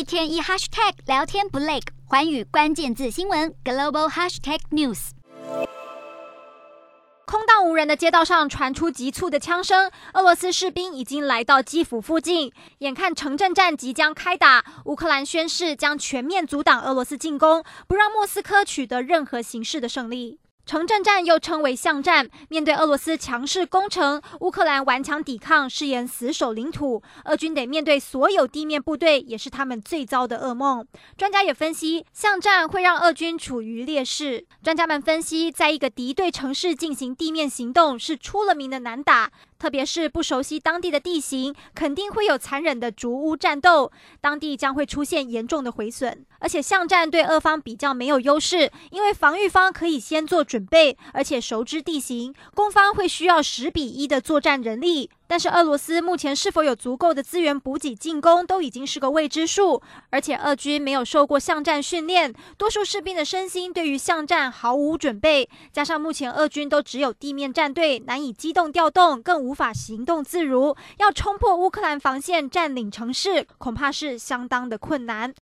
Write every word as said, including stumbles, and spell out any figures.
天一 hashtag 聊天不累，寰宇关键字新闻 global hashtag news。 空荡无人的街道上传出急促的枪声，俄罗斯士兵已经来到基辅附近，眼看城镇战即将开打，乌克兰宣誓将全面阻挡俄罗斯进攻，不让莫斯科取得任何形式的胜利。城镇战又称为巷战，面对俄罗斯强势攻城，乌克兰顽强抵抗，誓言死守领土。俄军得面对所有地面部队，也是他们最糟的噩梦。专家也分析，巷战会让俄军处于劣势。专家们分析，在一个敌对城市进行地面行动是出了名的难打，特别是不熟悉当地的地形，肯定会有残忍的竹屋战斗，当地将会出现严重的毁损。而且巷战对俄方比较没有优势，因为防御方可以先做准备，而且熟知地形，攻方会需要十比一的作战人力。但是俄罗斯目前是否有足够的资源补给进攻，都已经是个未知数。而且俄军没有受过巷战训练，多数士兵的身心对于巷战毫无准备，加上目前俄军都只有地面战队，难以机动调动，更无法行动自如，要冲破乌克兰防线占领城市，恐怕是相当的困难。